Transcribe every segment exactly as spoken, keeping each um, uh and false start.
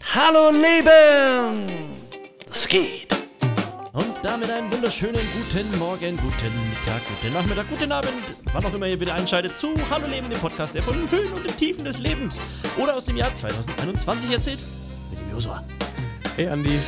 Hallo Leben! Es geht! Und damit einen wunderschönen guten Morgen, guten Mittag, guten Nachmittag, guten Abend, wann auch immer ihr wieder einschaltet zu Hallo Leben, dem Podcast, der von den Höhen und den Tiefen des Lebens oder aus dem Jahr zwanzig einundzwanzig erzählt, mit dem Josua. Hey Andi.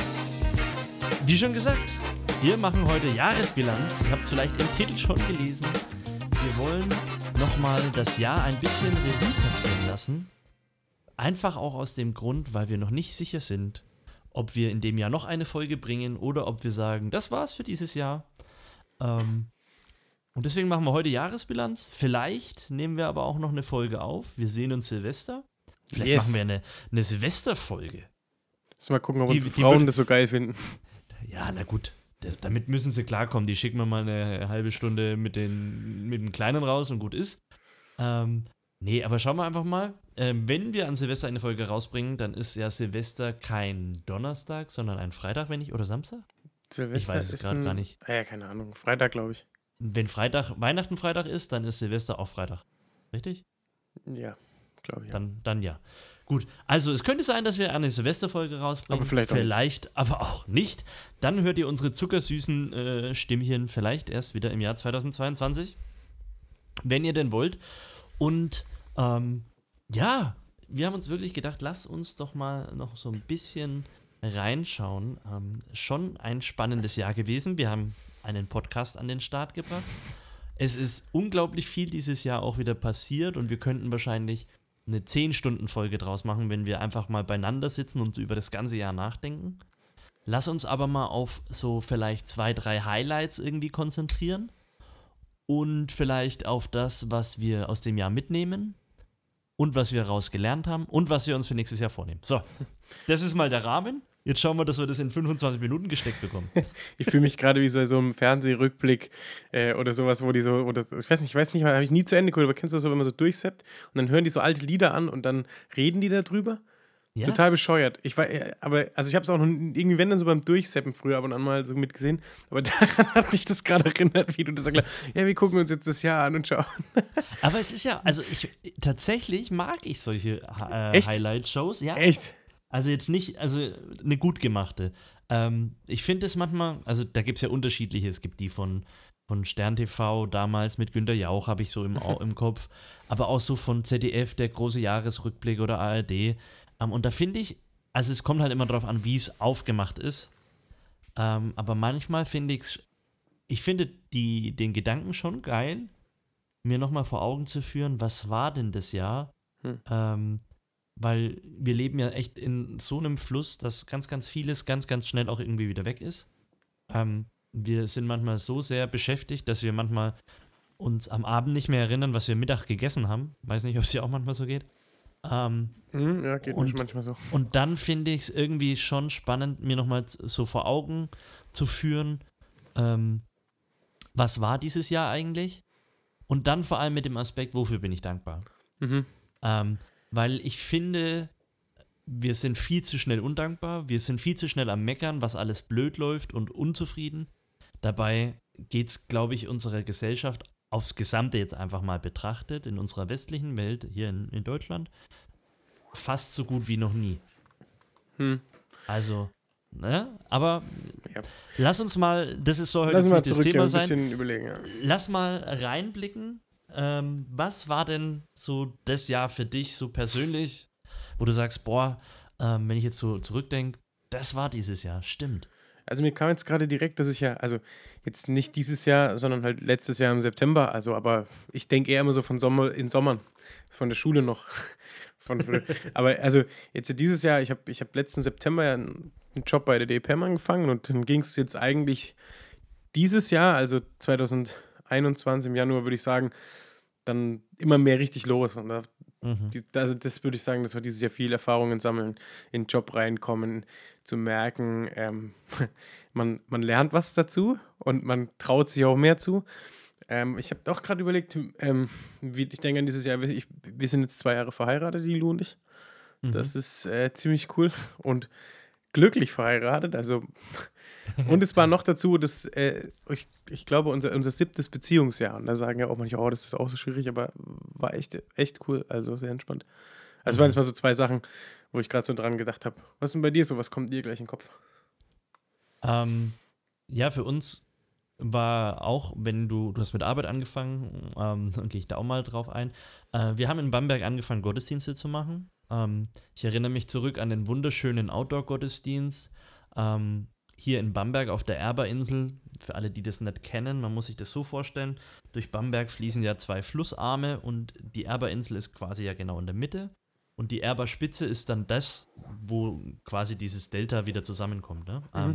Wie schon gesagt, wir machen heute Jahresbilanz. Ihr habt es vielleicht im Titel schon gelesen. Wir wollen nochmal das Jahr ein bisschen Revue passieren lassen. Einfach auch aus dem Grund, weil wir noch nicht sicher sind, ob wir in dem Jahr noch eine Folge bringen oder ob wir sagen, das war's für dieses Jahr. Ähm, und deswegen machen wir heute Jahresbilanz. Vielleicht nehmen wir aber auch noch eine Folge auf. Wir sehen uns Silvester. Vielleicht Yes. machen wir eine, eine Silvesterfolge. Müssen wir mal gucken, ob Die- unsere die Frauen wird- das so geil finden. Ja, na gut. D- Damit müssen sie klarkommen. Die schicken wir mal eine halbe Stunde mit, den, mit dem Kleinen raus und gut ist. Ähm, nee, aber schauen wir einfach mal. Ähm, wenn wir an Silvester eine Folge rausbringen, dann ist ja Silvester kein Donnerstag, sondern ein Freitag, wenn nicht, oder Samstag? Silvester weiß es ist grad ein- gar nicht. Ah ja, keine Ahnung. Freitag, glaube ich. Wenn Freitag, Weihnachten Freitag ist, dann ist Silvester auch Freitag. Richtig? Ja, glaube ich. Ja. Dann, dann ja. Gut, also es könnte sein, dass wir eine Silvesterfolge rausbringen. Aber vielleicht auch nicht. Vielleicht aber auch nicht. Dann hört ihr unsere zuckersüßen äh, Stimmchen vielleicht erst wieder im Jahr zweitausendzweiundzwanzig. Wenn ihr denn wollt. Und ähm, ja, wir haben uns wirklich gedacht, lasst uns doch mal noch so ein bisschen reinschauen. Ähm, schon ein spannendes Jahr gewesen. Wir haben einen Podcast an den Start gebracht. Es ist unglaublich viel dieses Jahr auch wieder passiert und wir könnten wahrscheinlich eine zehn-Stunden-Folge draus machen, wenn wir einfach mal beieinander sitzen und so über das ganze Jahr nachdenken. Lass uns aber mal auf so vielleicht zwei, drei Highlights irgendwie konzentrieren und vielleicht auf das, was wir aus dem Jahr mitnehmen und was wir rausgelernt haben und was wir uns für nächstes Jahr vornehmen. So, das ist mal der Rahmen. Jetzt schauen wir, dass wir das in fünfundzwanzig Minuten gesteckt bekommen. Ich fühle mich gerade wie so in so einem Fernsehrückblick äh, oder sowas, wo die so, oder ich weiß nicht, ich weiß nicht, habe ich nie zu Ende geguckt, aber kennst du das so, wenn man so durchseppt und dann hören die so alte Lieder an und dann reden die darüber? Ja? Total bescheuert. Ich war, äh, aber, also ich habe es auch noch irgendwie, wenn dann so beim Durchseppen früher ab und an mal so mitgesehen, aber daran hat mich das gerade erinnert, wie du das erklärst. Ja, wir gucken uns jetzt das Jahr an und schauen. Aber es ist ja, also ich, tatsächlich mag ich solche äh, Echt? Highlight-Shows. Ja. Echt? Also jetzt nicht, also eine gut gemachte. Ähm, ich finde es manchmal, also da gibt es ja unterschiedliche. Es gibt die von, von Stern T V damals mit Günther Jauch, habe ich so im, Au- im Kopf. Aber auch so von Z D F, der große Jahresrückblick oder A R D. Ähm, und da finde ich, also es kommt halt immer drauf an, wie es aufgemacht ist. Ähm, aber manchmal finde ich es, ich finde die, den Gedanken schon geil, mir nochmal vor Augen zu führen, was war denn das Jahr? Hm. Ähm, weil wir leben ja echt in so einem Fluss, dass ganz, ganz vieles ganz, ganz schnell auch irgendwie wieder weg ist. Ähm, wir sind manchmal so sehr beschäftigt, dass wir manchmal uns am Abend nicht mehr erinnern, was wir Mittag gegessen haben. Weiß nicht, ob es dir auch manchmal so geht. Ähm, Hm, ja, geht mir Und- manchmal so. und dann finde ich es irgendwie schon spannend, mir nochmal so vor Augen zu führen, ähm, was war dieses Jahr eigentlich? Und dann vor allem mit dem Aspekt, wofür bin ich dankbar? Mhm. Ähm, weil ich finde, wir sind viel zu schnell undankbar, wir sind viel zu schnell am Meckern, was alles blöd läuft und unzufrieden. Dabei geht es, glaube ich, unserer Gesellschaft aufs Gesamte jetzt einfach mal betrachtet, in unserer westlichen Welt, hier in, in Deutschland, fast so gut wie noch nie. Hm. Also, ne? Aber Ja. lass uns mal, das ist so heute Lass jetzt mal nicht das zurückgehen, Thema ein sein, bisschen überlegen. Ja. lass mal reinblicken. Ähm, was war denn so das Jahr für dich so persönlich, wo du sagst, boah, ähm, wenn ich jetzt so zurückdenke, das war dieses Jahr, stimmt. Also mir kam jetzt gerade direkt, dass ich ja, also jetzt nicht dieses Jahr, sondern halt letztes Jahr im September, also aber ich denke eher immer so von Sommer in Sommern, von der Schule noch. Von früher. Aber also jetzt dieses Jahr, ich habe ich hab letzten September ja einen einen Job bei der D E P M angefangen und dann ging es jetzt eigentlich dieses Jahr, also zweitausendeinundzwanzig im Januar, würde ich sagen, dann immer mehr richtig los. Und da, Mhm. die, also das würde ich sagen, das war dieses Jahr viel Erfahrungen sammeln, in den Job reinkommen, zu merken, ähm, man, man lernt was dazu und man traut sich auch mehr zu. Ähm, ich habe auch gerade überlegt, ähm, wie, ich denke an dieses Jahr, ich, wir sind jetzt zwei Jahre verheiratet, die Lu und ich. Mhm. Das ist äh, ziemlich cool und glücklich verheiratet. Also und es war noch dazu, dass äh, ich, ich glaube, unser, unser siebtes Beziehungsjahr. Und da sagen ja auch manche, oh, das ist auch so schwierig, aber war echt, echt cool, also sehr entspannt. Also, es waren jetzt Mhm. mal so zwei Sachen, wo ich gerade so dran gedacht habe. Was ist denn bei dir so? Was kommt dir gleich in den Kopf? Ähm, ja, für uns war auch, wenn du, du hast mit Arbeit angefangen, ähm, dann gehe ich da auch mal drauf ein. Äh, wir haben in Bamberg angefangen, Gottesdienste zu machen. Ähm, ich erinnere mich zurück an den wunderschönen Outdoor-Gottesdienst. Ähm, hier in Bamberg auf der Erberinsel, für alle, die das nicht kennen, man muss sich das so vorstellen, durch Bamberg fließen ja zwei Flussarme und die Erberinsel ist quasi ja genau in der Mitte. Und die Erberspitze ist dann das, wo quasi dieses Delta wieder zusammenkommt. Ne? Mhm. Ähm,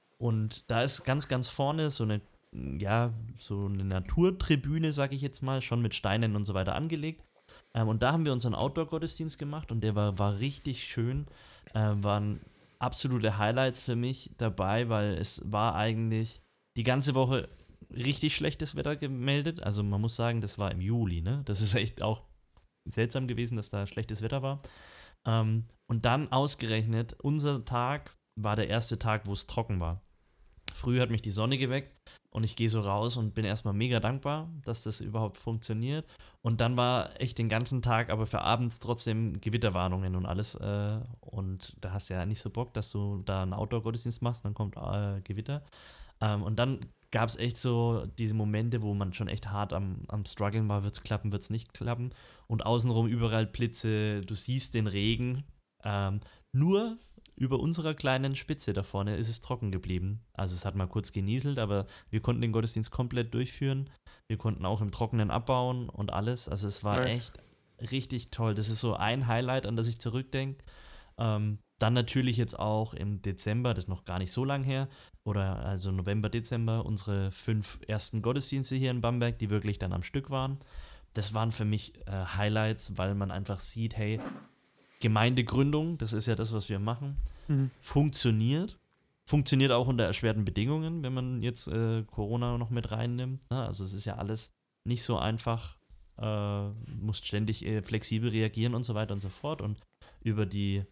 und da ist ganz, ganz vorne so eine, ja, so eine Naturtribüne, sag ich jetzt mal, schon mit Steinen und so weiter angelegt. Ähm, und da haben wir unseren Outdoor-Gottesdienst gemacht und der war, war richtig schön. Äh, waren absolute Highlights für mich dabei, weil es war eigentlich die ganze Woche richtig schlechtes Wetter gemeldet. Also man muss sagen, das war im Juli, ne? Das ist echt auch seltsam gewesen, dass da schlechtes Wetter war. Ähm, und dann ausgerechnet, unser Tag war der erste Tag, wo es trocken war. Früh hat mich die Sonne geweckt und ich gehe so raus und bin erstmal mega dankbar, dass das überhaupt funktioniert. Und dann war echt den ganzen Tag, aber für abends trotzdem Gewitterwarnungen und alles. Äh, und da hast du ja nicht so Bock, dass du da einen Outdoor-Gottesdienst machst, dann kommt äh, Gewitter. Ähm, und dann gab es echt so diese Momente, wo man schon echt hart am, am Struggeln war, wird es klappen, wird es nicht klappen. Und außenrum überall Blitze, du siehst den Regen. Ähm, nur über unserer kleinen Spitze da vorne ist es trocken geblieben. Also es hat mal kurz genieselt, aber wir konnten den Gottesdienst komplett durchführen. Wir konnten auch im Trockenen abbauen und alles. Also es war Nice. echt richtig toll. Das ist so ein Highlight, an das ich zurückdenke. Ähm, dann natürlich jetzt auch im Dezember, das ist noch gar nicht so lang her, oder also November, Dezember, unsere fünf ersten Gottesdienste hier in Bamberg, die wirklich dann am Stück waren. Das waren für mich äh, Highlights, weil man einfach sieht, hey, Gemeindegründung, das ist ja das, was wir machen, Mhm. funktioniert. Funktioniert auch unter erschwerten Bedingungen, wenn man jetzt äh, Corona noch mit reinnimmt. Ne? Also es ist ja alles nicht so einfach, äh, musst ständig äh, flexibel reagieren und so weiter und so fort. Und über die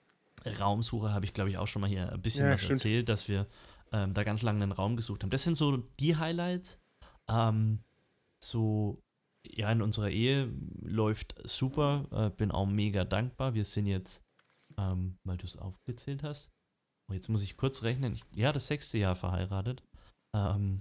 Raumsuche habe ich, glaube ich, auch schon mal hier ein bisschen Ja, was stimmt. erzählt, dass wir ähm, da ganz lange einen Raum gesucht haben. Das sind so die Highlights. Ähm, so, ja, in unserer Ehe läuft super. Äh, bin auch mega dankbar. Wir sind jetzt, ähm, weil du es aufgezählt hast, oh, jetzt muss ich kurz rechnen. Ich, ja, das sechste Jahr verheiratet. Ähm,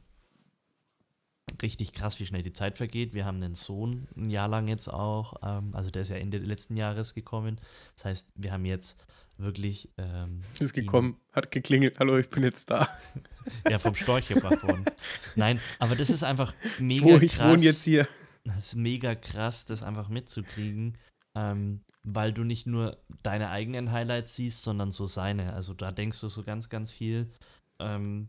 richtig krass, wie schnell die Zeit vergeht. Wir haben einen Sohn ein Jahr lang jetzt auch. Ähm, also der ist ja Ende letzten Jahres gekommen. Das heißt, wir haben jetzt wirklich ähm, Ist ihn gekommen, hat geklingelt. Hallo, ich bin jetzt da. ja vom Storch gebracht worden. Nein, aber das ist einfach Ich mega wohne, ich wohne jetzt krass. hier. Das ist mega krass, das einfach mitzukriegen, ähm, weil du nicht nur deine eigenen Highlights siehst, sondern so seine. Also da denkst du so ganz, ganz viel ähm,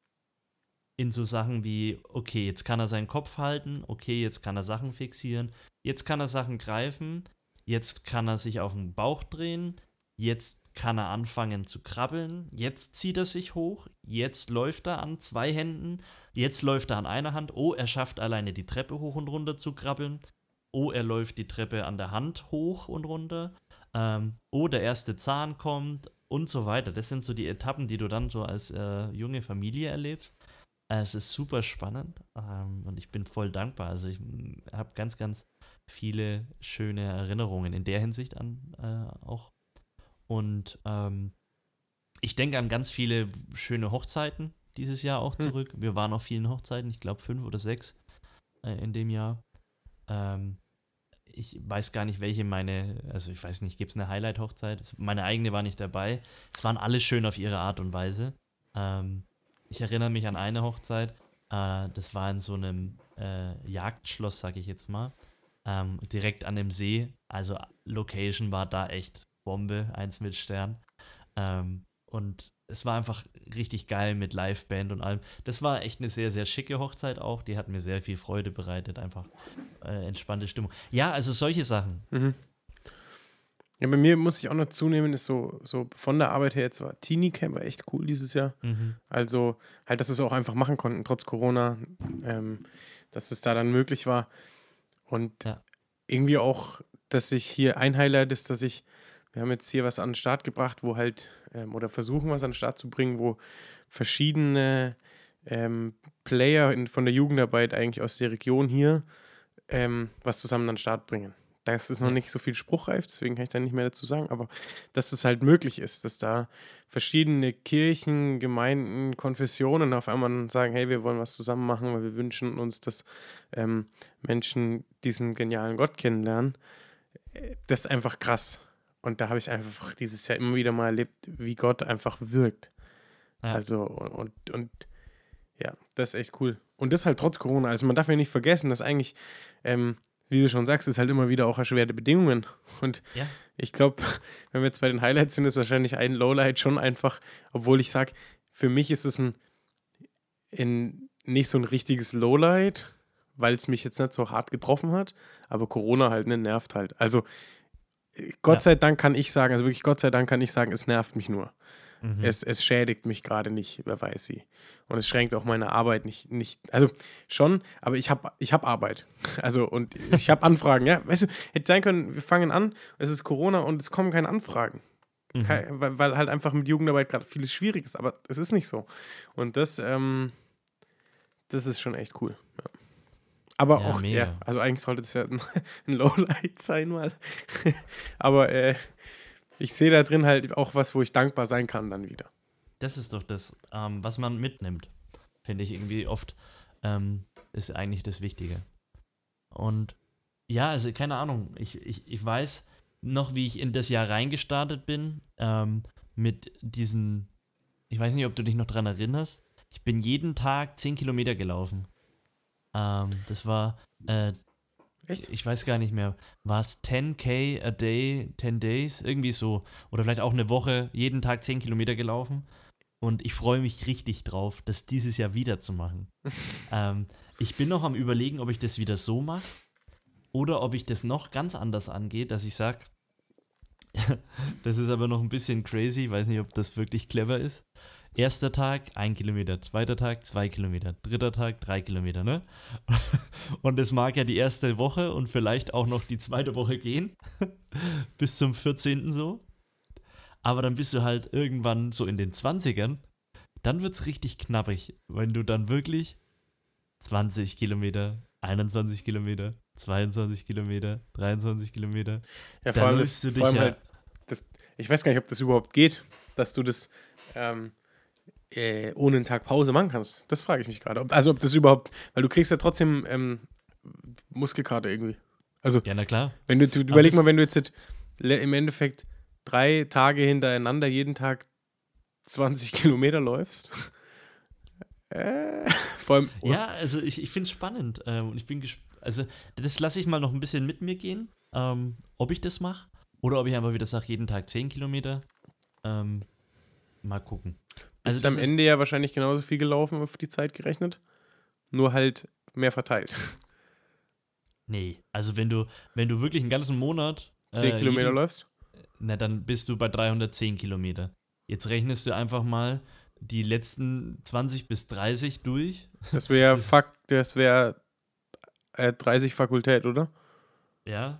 in so Sachen wie, okay, jetzt kann er seinen Kopf halten, okay, jetzt kann er Sachen fixieren, jetzt kann er Sachen greifen, jetzt kann er sich auf den Bauch drehen, jetzt kann er anfangen zu krabbeln, jetzt zieht er sich hoch, jetzt läuft er an zwei Händen, jetzt läuft er an einer Hand, oh, er schafft alleine die Treppe hoch und runter zu krabbeln, oh, er läuft die Treppe an der Hand hoch und runter, ähm, oh, der erste Zahn kommt und so weiter. Das sind so die Etappen, die du dann so als äh, junge Familie erlebst. Äh, Es ist super spannend ähm, und ich bin voll dankbar. Also ich habe ganz, ganz viele schöne Erinnerungen in der Hinsicht an äh, auch. Und ähm, ich denke an ganz viele schöne Hochzeiten dieses Jahr auch Hm. zurück. Wir waren auf vielen Hochzeiten, ich glaube fünf oder sechs äh, in dem Jahr. Ähm, ich weiß gar nicht, welche meine, also ich weiß nicht, gibt es eine Highlight-Hochzeit? Meine eigene war nicht dabei. Es waren alle schön auf ihre Art und Weise. Ähm, ich erinnere mich an eine Hochzeit, äh, das war in so einem äh, Jagdschloss, sag ich jetzt mal, ähm, direkt an dem See. Also Location war da echt Bombe, eins mit Stern. Ähm, und es war einfach richtig geil mit Liveband und allem. Das war echt eine sehr, sehr schicke Hochzeit auch. Die hat mir sehr viel Freude bereitet. Einfach äh, entspannte Stimmung. Ja, also solche Sachen. Mhm. Ja, bei mir muss ich auch noch zunehmen, ist so, so von der Arbeit her jetzt war Teenie Camp war echt cool dieses Jahr. Mhm. Also halt, dass wir es auch einfach machen konnten, trotz Corona, ähm, dass es da dann möglich war. Und Ja. irgendwie auch, dass ich hier ein Highlight ist, dass ich, wir haben jetzt hier was an den Start gebracht, wo halt, ähm, oder versuchen was an den Start zu bringen, wo verschiedene ähm, Player in, von der Jugendarbeit eigentlich aus der Region hier ähm, was zusammen an den Start bringen. das ist noch Ja. nicht so viel spruchreif, deswegen kann ich da nicht mehr dazu sagen, aber dass es halt möglich ist, dass da verschiedene Kirchen, Gemeinden, Konfessionen auf einmal sagen, hey, wir wollen was zusammen machen, weil wir wünschen uns, dass ähm, Menschen diesen genialen Gott kennenlernen. Äh, Das ist einfach krass. Und da habe ich einfach dieses Jahr immer wieder mal erlebt, wie Gott einfach wirkt. Ja. Also, und, und ja, das ist echt cool. Und das halt trotz Corona. Also man darf ja nicht vergessen, dass eigentlich, ähm, wie du schon sagst, ist halt immer wieder auch erschwerte Bedingungen. Und Ja. ich glaube, wenn wir jetzt bei den Highlights sind, ist wahrscheinlich ein Lowlight schon einfach, obwohl ich sage, für mich ist es ein, ein nicht so ein richtiges Lowlight, weil es mich jetzt nicht so hart getroffen hat, aber Corona halt, ne, nervt halt. Also äh, Gott Ja. sei Dank kann ich sagen, also wirklich Gott sei Dank kann ich sagen, es nervt mich nur. Mhm. Es, es schädigt mich gerade nicht, wer weiß wie. Und es schränkt auch meine Arbeit nicht, nicht also schon, aber ich habe ich hab Arbeit. Also und ich habe Anfragen, ja. Weißt du, hätte sein können, wir fangen an, es ist Corona und es kommen keine Anfragen. Mhm. Kein, weil, weil halt einfach mit Jugendarbeit gerade vieles schwierig ist, aber es ist nicht so. Und das, ähm, das ist schon echt cool. Ja. Aber Ja, auch, mega. ja, also eigentlich sollte das ja ein, ein Lowlight sein mal. Aber äh, ich sehe da drin halt auch was, wo ich dankbar sein kann dann wieder. Das ist doch das, ähm, was man mitnimmt, finde ich irgendwie oft, ähm, ist eigentlich das Wichtige. Und ja, also keine Ahnung, ich, ich, ich weiß noch, wie ich in das Jahr reingestartet bin, ähm, mit diesen, ich weiß nicht, ob du dich noch dran erinnerst, ich bin jeden Tag zehn Kilometer gelaufen. Ähm, das war, äh, Echt? ich weiß gar nicht mehr, war es zehn K a day, zehn days, irgendwie so. Oder vielleicht auch eine Woche, jeden Tag zehn Kilometer gelaufen. Und ich freue mich richtig drauf, das dieses Jahr wieder zu machen. ähm, ich bin noch am Überlegen, ob ich das wieder so mache oder ob ich das noch ganz anders angehe, dass ich sage, das ist aber noch ein bisschen crazy, weiß nicht, ob das wirklich clever ist. Erster Tag, ein Kilometer, zweiter Tag, zwei Kilometer, dritter Tag, drei Kilometer, ne? Und es mag ja die erste Woche und vielleicht auch noch die zweite Woche gehen, bis zum vierzehnten so. Aber dann bist du halt irgendwann so in den zwanzigern, dann wird's richtig knappig, wenn du dann wirklich zwanzig Kilometer, einundzwanzig Kilometer, zweiundzwanzig Kilometer, dreiundzwanzig Kilometer. Ja, Da vor allem, läufst das, du dich vor allem ja- halt, das, ich weiß gar nicht, ob das überhaupt geht, dass du das ähm, äh, ohne einen Tag Pause machen kannst. Das frage ich mich gerade. Ob- Also ob das überhaupt, weil du kriegst ja trotzdem ähm, Muskelkater irgendwie. Also Ja, na klar. wenn du, du Aber überleg das- mal, wenn du jetzt halt le- im Endeffekt drei Tage hintereinander jeden Tag zwanzig Kilometer läufst. äh, vor allem, Ja, also ich, ich finde es spannend. Ähm, und ich bin gesp- also das lasse ich mal noch ein bisschen mit mir gehen, ähm, ob ich das mache oder ob ich einfach wieder sage, jeden Tag zehn Kilometer. Ähm, mal gucken. Also das am ist- Ende ja wahrscheinlich genauso viel gelaufen auf die Zeit gerechnet. Nur halt mehr verteilt. Nee, also wenn du, wenn du wirklich einen ganzen Monat zehn äh, Kilometer jeden, läufst. na dann bist du bei dreihundertzehn Kilometer. Jetzt rechnest du einfach mal die letzten zwanzig bis dreißig durch. Das wäre Fakt, das wäre äh, dreißig Fakultät, oder? Ja,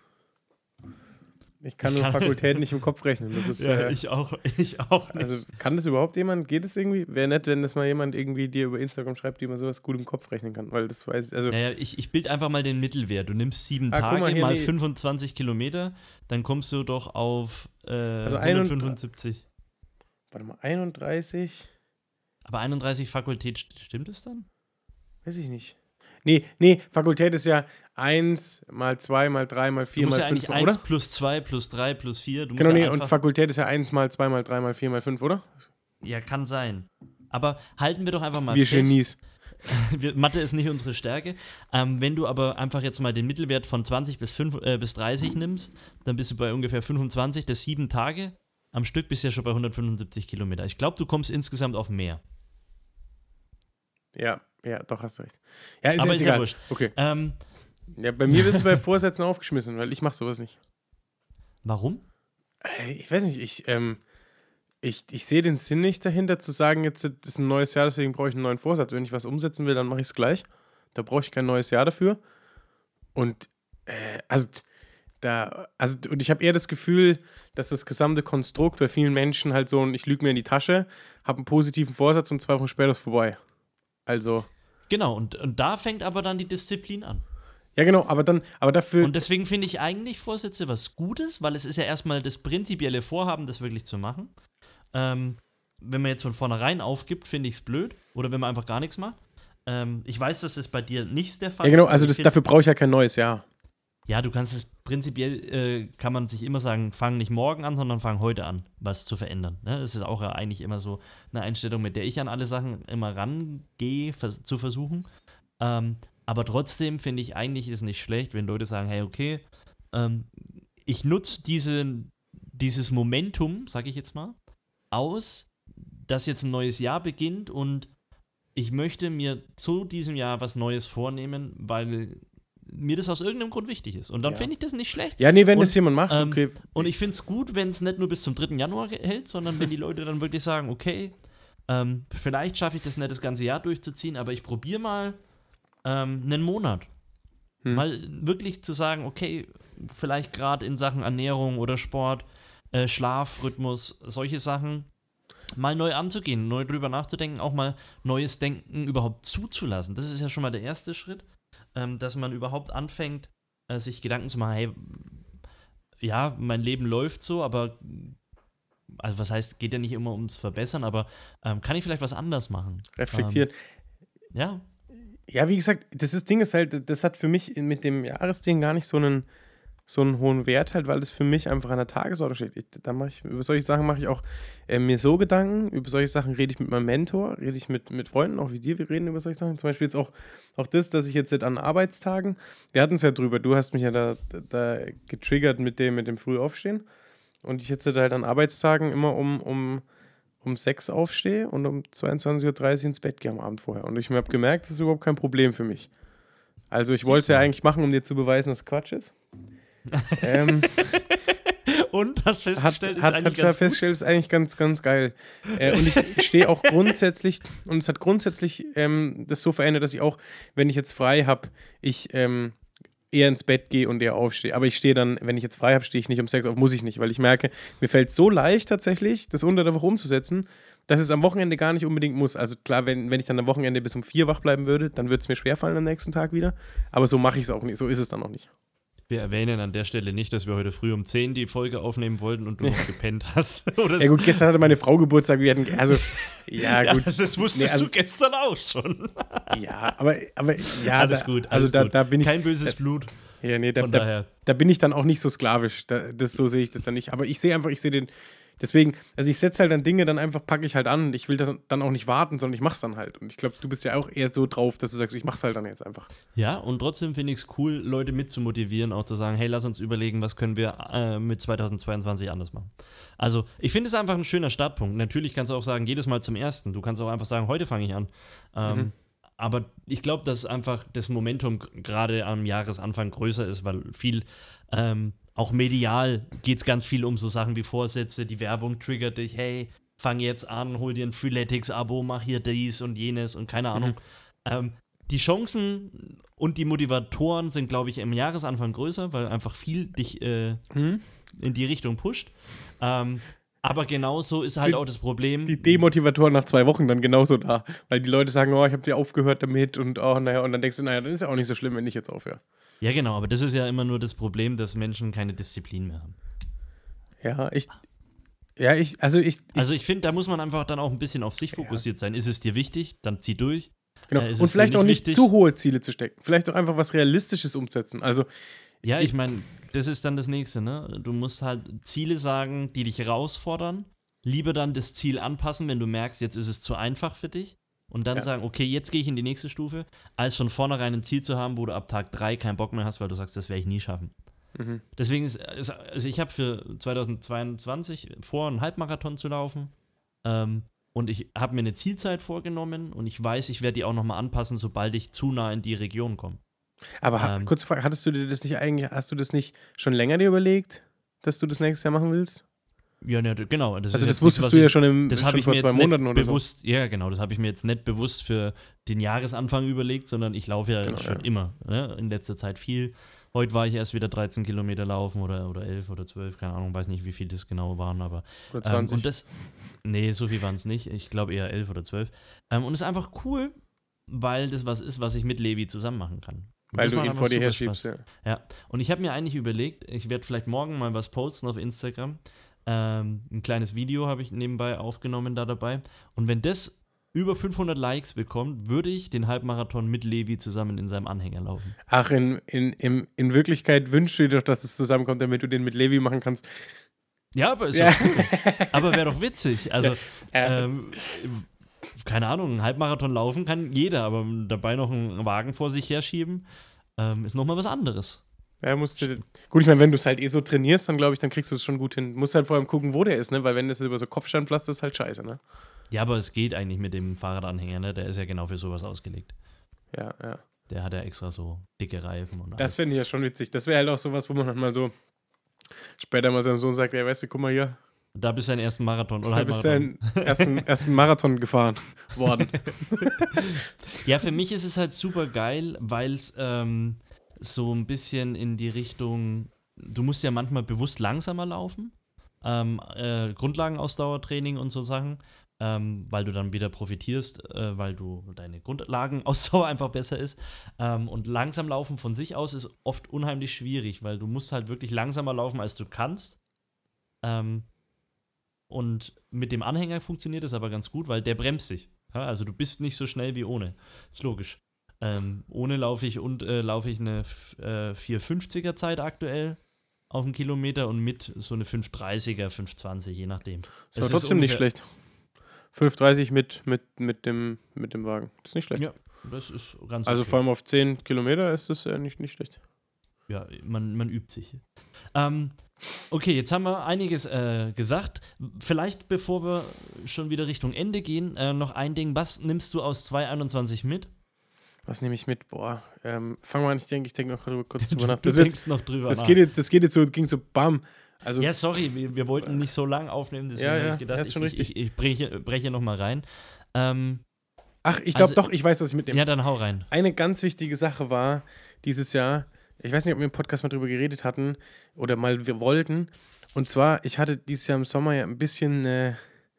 Ich kann Ich nur kann- Fakultät nicht im Kopf rechnen. Das ist, ja äh, ich auch, ich auch nicht. also kann das überhaupt jemand? Geht es irgendwie? Wäre nett, wenn das mal jemand irgendwie dir über Instagram schreibt, wie man sowas gut im Kopf rechnen kann, weil das weiß also Naja, ich, ich bild einfach mal den Mittelwert. Du nimmst sieben Ah, guck Tage mal mal, hier, nee. fünfundzwanzig Kilometer, dann kommst du doch auf äh, Also ein und- hundertfünfundsiebzig. warte mal, einunddreißig, Aber einunddreißig Fakultät, st- stimmt es dann? weiß ich nicht. Nee, nee, Fakultät ist ja eins mal zwei mal drei mal Du vier musst mal ja fünf, eigentlich oder? eins plus zwei plus drei plus vier. Du musst Genau, ja nee, und einfach, Fakultät ist ja eins mal zwei mal drei mal vier mal fünf, oder? ja, kann sein. Aber halten wir doch einfach mal Wir fest. Genies. Wir, Mathe ist nicht unsere Stärke. Ähm, wenn du aber einfach jetzt mal den Mittelwert von zwanzig bis, fünf, äh, bis dreißig nimmst, dann bist du bei ungefähr fünfundzwanzig, das sieben Tage. Am Stück bist du ja schon bei hundertfünfundsiebzig Kilometer. Ich glaube, du kommst insgesamt auf mehr. Ja, ja, doch, hast du recht. Ja, ist Aber jetzt ist ja egal. wurscht. Okay. Ähm, Ja, bei mir bist du bei Vorsätzen aufgeschmissen, weil ich mache sowas nicht. warum? Äh, Ich weiß nicht, ich, ähm, ich, ich sehe den Sinn nicht dahinter, zu sagen, jetzt ist ein neues Jahr, deswegen brauche ich einen neuen Vorsatz. Wenn ich was umsetzen will, dann mache ich es gleich. Da brauche ich kein neues Jahr dafür. Und, äh, also, da, also, und ich habe eher das Gefühl, dass das gesamte Konstrukt bei vielen Menschen halt so ein, ich lüge mir in die Tasche, habe einen positiven Vorsatz und zwei Wochen später ist vorbei. Also, Genau, und, und da fängt aber dann die Disziplin an. Ja, genau, aber dann, aber dafür. Und deswegen finde ich eigentlich Vorsätze was Gutes, weil es ist ja erstmal das prinzipielle Vorhaben, das wirklich zu machen. Ähm, wenn man jetzt von vornherein aufgibt, finde ich es blöd. Oder wenn man einfach gar nichts macht. Ähm, ich weiß, dass das bei dir nicht der Fall ja, genau, ist. also das, find, dafür brauche ich ja kein neues Jahr. Ja, du kannst es prinzipiell, äh, kann man sich immer sagen, fang nicht morgen an, sondern fang heute an, was zu verändern. Ne? Das ist auch ja eigentlich immer so eine Einstellung, mit der ich an alle Sachen immer rangehe, vers- zu versuchen. Ähm, aber trotzdem finde ich eigentlich ist nicht schlecht, wenn Leute sagen, hey, okay, ähm, ich nutze diese, dieses Momentum, sage ich jetzt mal, aus, dass jetzt ein neues Jahr beginnt und ich möchte mir zu diesem Jahr was Neues vornehmen, weil mir das aus irgendeinem Grund wichtig ist. Und dann Ja. finde ich das nicht schlecht. Ja, nee, wenn und, das jemand macht, ähm, okay. Und ich finde es gut, wenn es nicht nur bis zum dritten Januar hält, sondern wenn die Leute dann wirklich sagen, okay, ähm, vielleicht schaffe ich das nicht das ganze Jahr durchzuziehen, aber ich probiere mal ähm, einen Monat. Hm. Mal wirklich zu sagen, okay, vielleicht gerade in Sachen Ernährung oder Sport, äh, Schlafrhythmus, solche Sachen mal neu anzugehen, neu drüber nachzudenken, auch mal neues Denken überhaupt zuzulassen. Das ist ja schon mal der erste Schritt, ähm, dass man überhaupt anfängt, äh, sich Gedanken zu machen, hey, ja, mein Leben läuft so, aber also was heißt, geht ja nicht immer ums Verbessern, aber ähm, kann ich vielleicht was anders machen? Reflektieren. Ähm, ja. Ja, wie gesagt, das ist, Ding ist halt, das hat für mich mit dem Jahresding gar nicht so einen, so einen hohen Wert halt, weil das für mich einfach an der Tagesordnung steht. Ich, da mache ich, über solche Sachen mache ich auch äh, mir so Gedanken, über solche Sachen rede ich mit meinem Mentor, rede ich mit, mit Freunden, auch wie dir, wir reden über solche Sachen. Zum Beispiel jetzt auch, auch das, dass ich jetzt an Arbeitstagen, wir hatten es ja drüber, du hast mich ja da, da getriggert mit dem, mit dem Frühaufstehen und ich jetzt halt an Arbeitstagen immer um, um um sechs aufstehe und um zweiundzwanzig Uhr dreißig ins Bett gehe am Abend vorher. Und ich habe gemerkt, das ist überhaupt kein Problem für mich. Also ich wollte es ja eigentlich machen, um dir zu beweisen, dass es Quatsch ist. ähm, und hast festgestellt, hat, ist hat, eigentlich hat ganz festgestellt, ist eigentlich ganz, ganz geil. Äh, und ich stehe auch grundsätzlich, und es hat grundsätzlich ähm, das so verändert, dass ich auch, wenn ich jetzt frei habe, ich ähm, eher ins Bett gehe und eher aufstehe. Aber ich stehe dann, wenn ich jetzt frei habe, stehe ich nicht um sechs auf, muss ich nicht, weil ich merke, mir fällt es so leicht tatsächlich, das unter der Woche umzusetzen, dass es am Wochenende gar nicht unbedingt muss. Also klar, wenn, wenn ich dann am Wochenende bis um vier wach bleiben würde, dann würde es mir schwerfallen am nächsten Tag wieder. Aber so mache ich es auch nicht, so ist es dann auch nicht. Wir erwähnen an der Stelle nicht, dass wir heute früh um zehn die Folge aufnehmen wollten und du noch gepennt hast. Oder ja gut, gestern hatte meine Frau Geburtstag, wir hatten, also, ja gut. Ja, das wusstest nee, also, du gestern auch schon. Ja, aber, aber ja. Alles da, gut, alles also da, gut. da bin ich. Kein böses da, Blut. Ja, nee, da, Von da, daher. da bin ich dann auch nicht so sklavisch. Da, das, so sehe ich das dann nicht. Aber ich sehe einfach, ich sehe den, deswegen, also ich setze halt dann Dinge, dann einfach packe ich halt an. Ich will das dann auch nicht warten, sondern ich mache es dann halt. Und ich glaube, du bist ja auch eher so drauf, dass du sagst, ich mache es halt dann jetzt einfach. Ja, und trotzdem finde ich es cool, Leute mitzumotivieren, auch zu sagen, hey, lass uns überlegen, was können wir äh, mit zweitausendzweiundzwanzig anders machen. Also, ich finde es einfach ein schöner Startpunkt. Natürlich kannst du auch sagen, jedes Mal zum ersten. Du kannst auch einfach sagen, heute fange ich an. Ähm, Mhm. Aber ich glaube, dass einfach das Momentum gerade am Jahresanfang größer ist, weil viel, ähm, auch medial geht es ganz viel um so Sachen wie Vorsätze, die Werbung triggert dich, hey, fang jetzt an, hol dir ein Freeletics-Abo, mach hier dies und jenes und keine Ahnung. Mhm. Ähm, die Chancen und die Motivatoren sind, glaube ich, im Jahresanfang größer, weil einfach viel dich äh, mhm. in die Richtung pusht. Ähm, Aber genauso ist halt die, auch das Problem. Die Demotivatoren nach zwei Wochen dann genauso da. Weil die Leute sagen, oh, ich habe dir aufgehört damit und oh, naja, und dann denkst du, naja, dann ist ja auch nicht so schlimm, wenn ich jetzt aufhöre. Ja, genau, aber das ist ja immer nur das Problem, dass Menschen keine Disziplin mehr haben. Ja, ich. Ja, ich, also ich. ich also ich finde, da muss man einfach dann auch ein bisschen auf sich fokussiert ja. sein. Ist es dir wichtig? Dann zieh durch. Genau. Äh, und vielleicht nicht auch nicht wichtig? zu hohe Ziele zu stecken. Vielleicht auch einfach was Realistisches umsetzen. Also. Ja, ich meine, das ist dann das Nächste, ne? Du musst halt Ziele sagen, die dich herausfordern. Lieber dann das Ziel anpassen, wenn du merkst, jetzt ist es zu einfach für dich. Und dann ja. sagen, okay, jetzt gehe ich in die nächste Stufe, als von vornherein ein Ziel zu haben, wo du ab Tag drei keinen Bock mehr hast, weil du sagst, das werde ich nie schaffen. Mhm. Deswegen ist, ist, also ich habe für zweitausendzweiundzwanzig vor, einen Halbmarathon zu laufen. Ähm, und ich habe mir eine Zielzeit vorgenommen und ich weiß, ich werde die auch nochmal anpassen, sobald ich zu nah in die Region komme. Aber ähm, kurze Frage, hattest du dir das nicht eigentlich, hast du das nicht schon länger dir überlegt, dass du das nächstes Jahr machen willst? Ja, ne, genau. Das also ist das wusstest du ich, ja schon, im, das schon ich vor mir zwei jetzt Monaten oder bewusst, so. Ja, genau. Das habe ich mir jetzt nicht bewusst für den Jahresanfang überlegt, sondern ich laufe ja genau, schon ja. immer. Ne? In letzter Zeit viel. Heute war ich erst wieder dreizehn Kilometer laufen oder, oder elf oder zwölf, keine Ahnung, weiß nicht, wie viel das genau waren, aber. Oder zwanzig. Ähm, und das, nee, so viel waren es nicht. Ich glaube eher elf oder zwölf. Ähm, und es ist einfach cool, weil das was ist, was ich mit Levi zusammen machen kann. Und Weil das du macht ihn einfach vor dir super herschiebst, Spaß. ja. Ja, und ich habe mir eigentlich überlegt, ich werde vielleicht morgen mal was posten auf Instagram. Ähm, ein kleines Video habe ich nebenbei aufgenommen da dabei. Und wenn das über fünfhundert Likes bekommt, würde ich den Halbmarathon mit Levi zusammen in seinem Anhänger laufen. Ach, in, in, in, in Wirklichkeit wünschst du dir doch, dass es zusammenkommt, damit du den mit Levi machen kannst. Ja, aber ist Ja. doch cool. Aber wäre doch witzig. Also, Ja. ähm, keine Ahnung, einen Halbmarathon laufen kann jeder, aber dabei noch einen Wagen vor sich herschieben, ähm, ist nochmal was anderes. Ja, musst du, gut, ich meine, wenn du es halt eh so trainierst, dann glaube ich, dann kriegst du es schon gut hin. Musst halt vor allem gucken, wo der ist, ne? Weil wenn das über so Kopfsteinpflaster ist, ist halt scheiße, ne? Ja, aber es geht eigentlich mit dem Fahrradanhänger, ne? Der ist ja genau für sowas ausgelegt. Ja, ja. Der hat ja extra so dicke Reifen und Das alles. fände ich ja schon witzig. Das wäre halt auch sowas, wo man dann mal so später mal seinem Sohn sagt, ja, weißt du, guck mal hier, Da bist du deinen ersten Marathon oder da bist du Halbmarathon. deinen ersten, ersten Marathon gefahren worden. Ja, für mich ist es halt super geil, weil es ähm, so ein bisschen in die Richtung, du musst ja manchmal bewusst langsamer laufen, ähm, äh, Grundlagenausdauertraining und so Sachen, ähm, weil du dann wieder profitierst, äh, weil du deine Grundlagenausdauer einfach besser ist. Ähm, und langsam laufen von sich aus ist oft unheimlich schwierig, weil du musst halt wirklich langsamer laufen, als du kannst. Ähm, und mit dem Anhänger funktioniert das aber ganz gut, weil der bremst sich. Ja, also du bist nicht so schnell wie ohne. Ist logisch. Ähm, ohne laufe ich und äh, laufe ich eine äh, vier fünfziger Zeit aktuell auf einen Kilometer und mit so eine fünf dreißiger, fünf zwanzig, je nachdem. Das war Es trotzdem nicht ungefähr- schlecht. fünf dreißig mit, mit, mit, dem, mit dem Wagen. Das ist nicht schlecht. Ja, das ist ganz Also okay. vor allem auf zehn Kilometer ist das ja nicht, nicht schlecht. Ja, man, man übt sich. Ähm, okay, jetzt haben wir einiges äh, gesagt. Vielleicht, bevor wir schon wieder Richtung Ende gehen, äh, noch ein Ding. Was nimmst du aus zwei einundzwanzig mit? Was nehme ich mit? Boah, ähm, fang mal an, ich denke, ich denke noch kurz drüber nach. Du Das, denkst jetzt, noch drüber das nach. geht jetzt, das geht jetzt so, ging so bam. Also, Ja, sorry, wir, wir wollten nicht so lang aufnehmen, deswegen Ja, habe ja, ich gedacht, ja, ist ich, schon ich, richtig. ich, ich breche, breche noch mal rein. Ähm, ach, ich glaube also- doch, ich weiß, was ich mitnehme. ja, dann hau rein. Eine ganz wichtige Sache war dieses Jahr, ich weiß nicht, ob wir im Podcast mal drüber geredet hatten oder mal wir wollten. Und zwar, ich hatte dieses Jahr im Sommer ja ein bisschen eine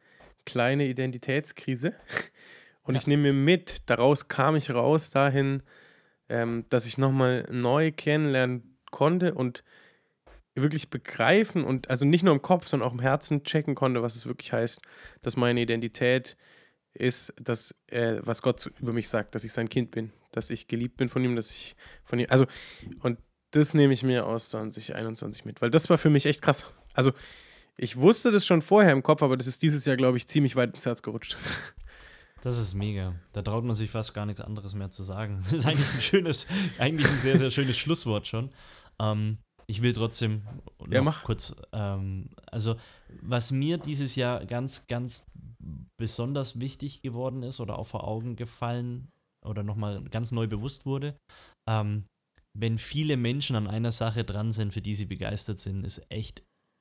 kleine Identitätskrise. Und Ja. ich nehme mir mit, daraus kam ich raus dahin, ähm, dass ich nochmal neu kennenlernen konnte und wirklich begreifen und also nicht nur im Kopf, sondern auch im Herzen checken konnte, was es wirklich heißt, dass meine Identität ist, dass, äh, was Gott zu- über mich sagt, dass ich sein Kind bin, dass ich geliebt bin von ihm, dass ich von ihm, also, und das nehme ich mir aus zwanzig einundzwanzig mit, weil das war für mich echt krass. Also, ich wusste das schon vorher im Kopf, aber das ist dieses Jahr, glaube ich, ziemlich weit ins Herz gerutscht. Das ist mega. Da traut man sich fast gar nichts anderes mehr zu sagen. Das ist eigentlich ein schönes, eigentlich ein sehr, sehr schönes Schlusswort schon. Ähm, ich will trotzdem noch Ja, mach. kurz, ähm, also was mir dieses Jahr ganz, ganz besonders wichtig geworden ist oder auch vor Augen gefallen oder nochmal ganz neu bewusst wurde, ähm, wenn viele Menschen an einer Sache dran sind, für die sie begeistert sind, ist echt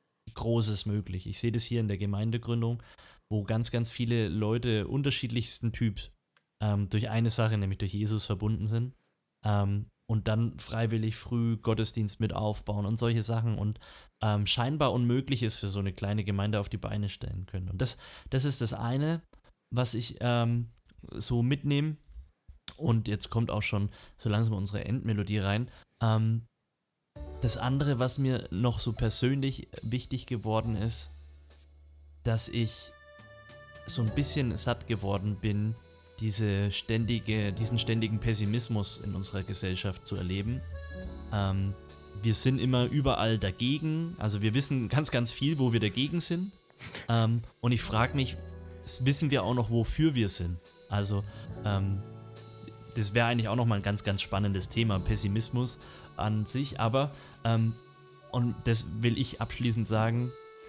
Großes möglich. Ich sehe das hier in der Gemeindegründung, wo ganz, ganz viele Leute unterschiedlichsten Typs ähm, durch eine Sache, nämlich durch Jesus verbunden sind ähm, und dann freiwillig früh Gottesdienst mit aufbauen und solche Sachen und ähm, scheinbar unmöglich ist für so eine kleine Gemeinde auf die Beine stellen können. Und das, das ist das eine, was ich ähm, so mitnehme. Und jetzt kommt auch schon so langsam unsere Endmelodie rein. Ähm, das andere, was mir noch so persönlich wichtig geworden ist, dass ich so ein bisschen satt geworden bin, diese ständige, diesen ständigen Pessimismus in unserer Gesellschaft zu erleben. Ähm, wir sind immer überall dagegen, also wir wissen ganz, ganz viel, wo wir dagegen sind. Ähm, und ich frage mich, wissen wir auch noch, wofür wir sind? Also, ähm, das wäre eigentlich auch nochmal ein ganz, ganz spannendes Thema, Pessimismus an sich, aber, ähm, und das will ich abschließend sagen,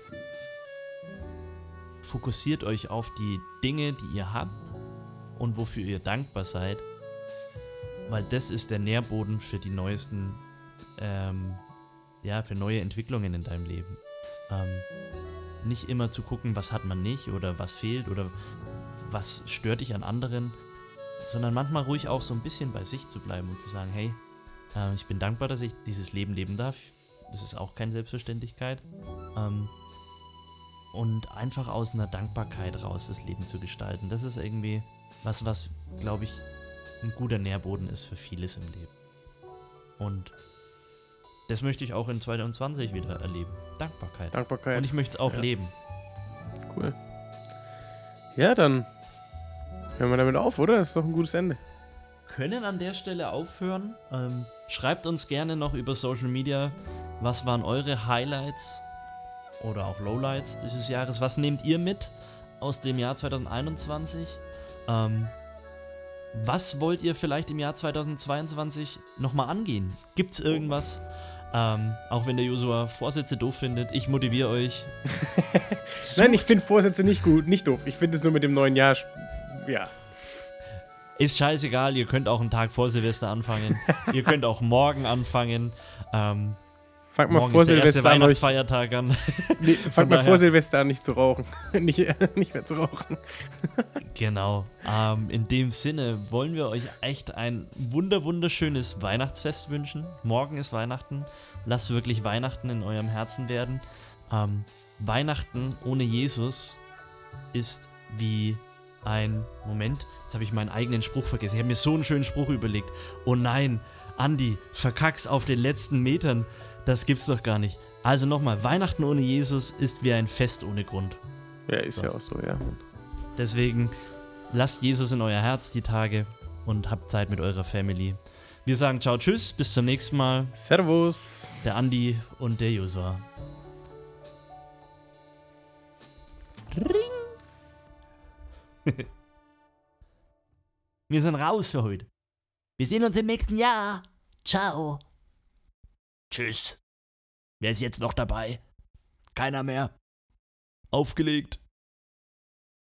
fokussiert euch auf die Dinge, die ihr habt und wofür ihr dankbar seid, weil das ist der Nährboden für die neuesten, ähm, ja, für neue Entwicklungen in deinem Leben. Ähm, nicht immer zu gucken, was hat man nicht oder was fehlt oder was stört dich an anderen, sondern manchmal ruhig auch so ein bisschen bei sich zu bleiben und zu sagen, hey, äh, ich bin dankbar, dass ich dieses Leben leben darf. Das ist auch keine Selbstverständlichkeit. Ähm, und einfach aus einer Dankbarkeit raus das Leben zu gestalten. Das ist irgendwie was, was, glaube ich, ein guter Nährboden ist für vieles im Leben. Und das möchte ich auch in zwanzig zwanzig wieder erleben. Dankbarkeit. Dankbarkeit. Und ich möchte es auch Ja. leben. Cool. Ja, dann hören wir damit auf, oder? Das ist doch ein gutes Ende. Können an der Stelle aufhören. Ähm, schreibt uns gerne noch über Social Media, was waren eure Highlights oder auch Lowlights dieses Jahres. Was nehmt ihr mit aus dem Jahr zwanzig einundzwanzig? Ähm, was wollt ihr vielleicht im Jahr zwanzig zweiundzwanzig nochmal angehen? Gibt es irgendwas, ähm, auch wenn der Josua Vorsätze doof findet, ich motiviere euch. Nein, ich finde Vorsätze nicht gut, nicht doof. Ich finde es nur mit dem neuen Jahr, sp- ja. Ist scheißegal, ihr könnt auch einen Tag vor Silvester anfangen. Ihr könnt auch morgen anfangen. Ähm, Fangt mal morgen vor ist der erste Silvester an, euch, Weihnachtsfeiertag an. nee, Von fangt mal daher- vor Silvester an, nicht zu rauchen. nicht, nicht mehr zu rauchen. Genau. Ähm, in dem Sinne wollen wir euch echt ein wunder wunderschönes Weihnachtsfest wünschen. Morgen ist Weihnachten. Lasst wirklich Weihnachten in eurem Herzen werden. Ähm, Weihnachten ohne Jesus ist wie ein Moment. Jetzt habe ich meinen eigenen Spruch vergessen. Ich habe mir so einen schönen Spruch überlegt. Oh nein, Andi, verkack's auf den letzten Metern. Das gibt's doch gar nicht. Also nochmal, Weihnachten ohne Jesus ist wie ein Fest ohne Grund. Ja, ist So. ja auch so, ja. Deswegen lasst Jesus in euer Herz die Tage und habt Zeit mit eurer Family. Wir sagen ciao, tschüss, bis zum nächsten Mal. Servus. Der Andi und der Josua. Ring. Wir sind raus für heute. Wir sehen uns im nächsten Jahr. Ciao. Tschüss. Wer ist jetzt noch dabei? Keiner mehr. Aufgelegt.